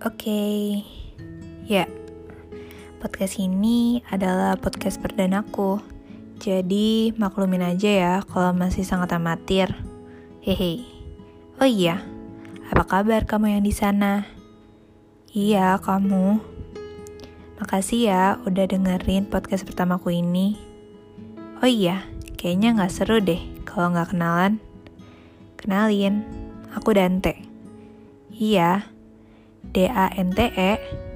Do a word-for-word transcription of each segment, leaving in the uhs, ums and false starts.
Oke, ya, podcast ini adalah podcast perdanaku. Jadi maklumin aja ya kalau masih sangat amatir. Hehe. Oh iya, apa kabar kamu yang di sana? Iya, kamu. Makasih ya udah dengerin podcast pertamaku ini. Oh iya, kayaknya nggak seru deh kalau nggak kenalan. Kenalin, aku Dante. Iya. D A N T E.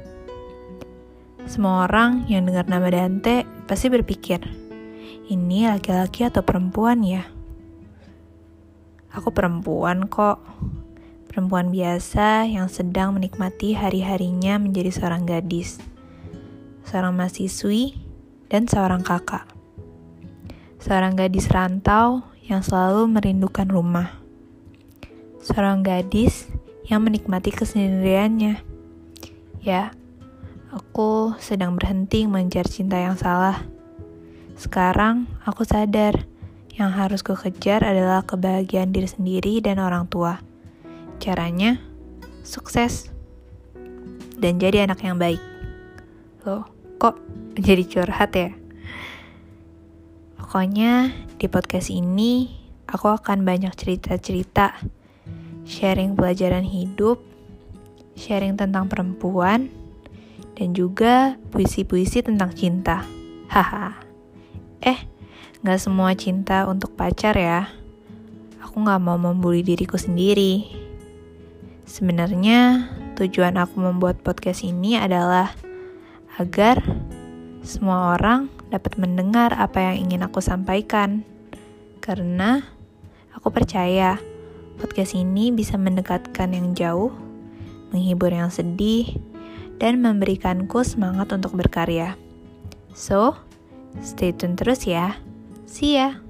Semua orang yang dengar nama Dante pasti berpikir, ini laki-laki atau perempuan ya? Aku perempuan kok. Perempuan biasa yang sedang menikmati hari-harinya menjadi seorang gadis, seorang mahasiswi, dan seorang kakak. Seorang gadis rantau yang selalu merindukan rumah. Seorang gadis yang menikmati kesendiriannya. Ya, aku sedang berhenti mengejar cinta yang salah. Sekarang aku sadar, yang harus ku kejar adalah kebahagiaan diri sendiri dan orang tua. Caranya, sukses. Dan jadi anak yang baik. Loh, kok jadi curhat ya? Pokoknya, di podcast ini, aku akan banyak cerita-cerita, sharing pelajaran hidup, sharing tentang perempuan, dan juga puisi-puisi tentang cinta. Haha. Eh, gak semua cinta untuk pacar ya. Aku gak mau membuli diriku sendiri. Sebenarnya, tujuan aku membuat podcast ini adalah agar semua orang dapat mendengar apa yang ingin aku sampaikan. Karena aku percaya podcast ini bisa mendekatkan yang jauh, menghibur yang sedih, dan memberikanku semangat untuk berkarya. So, stay tune terus ya. See ya!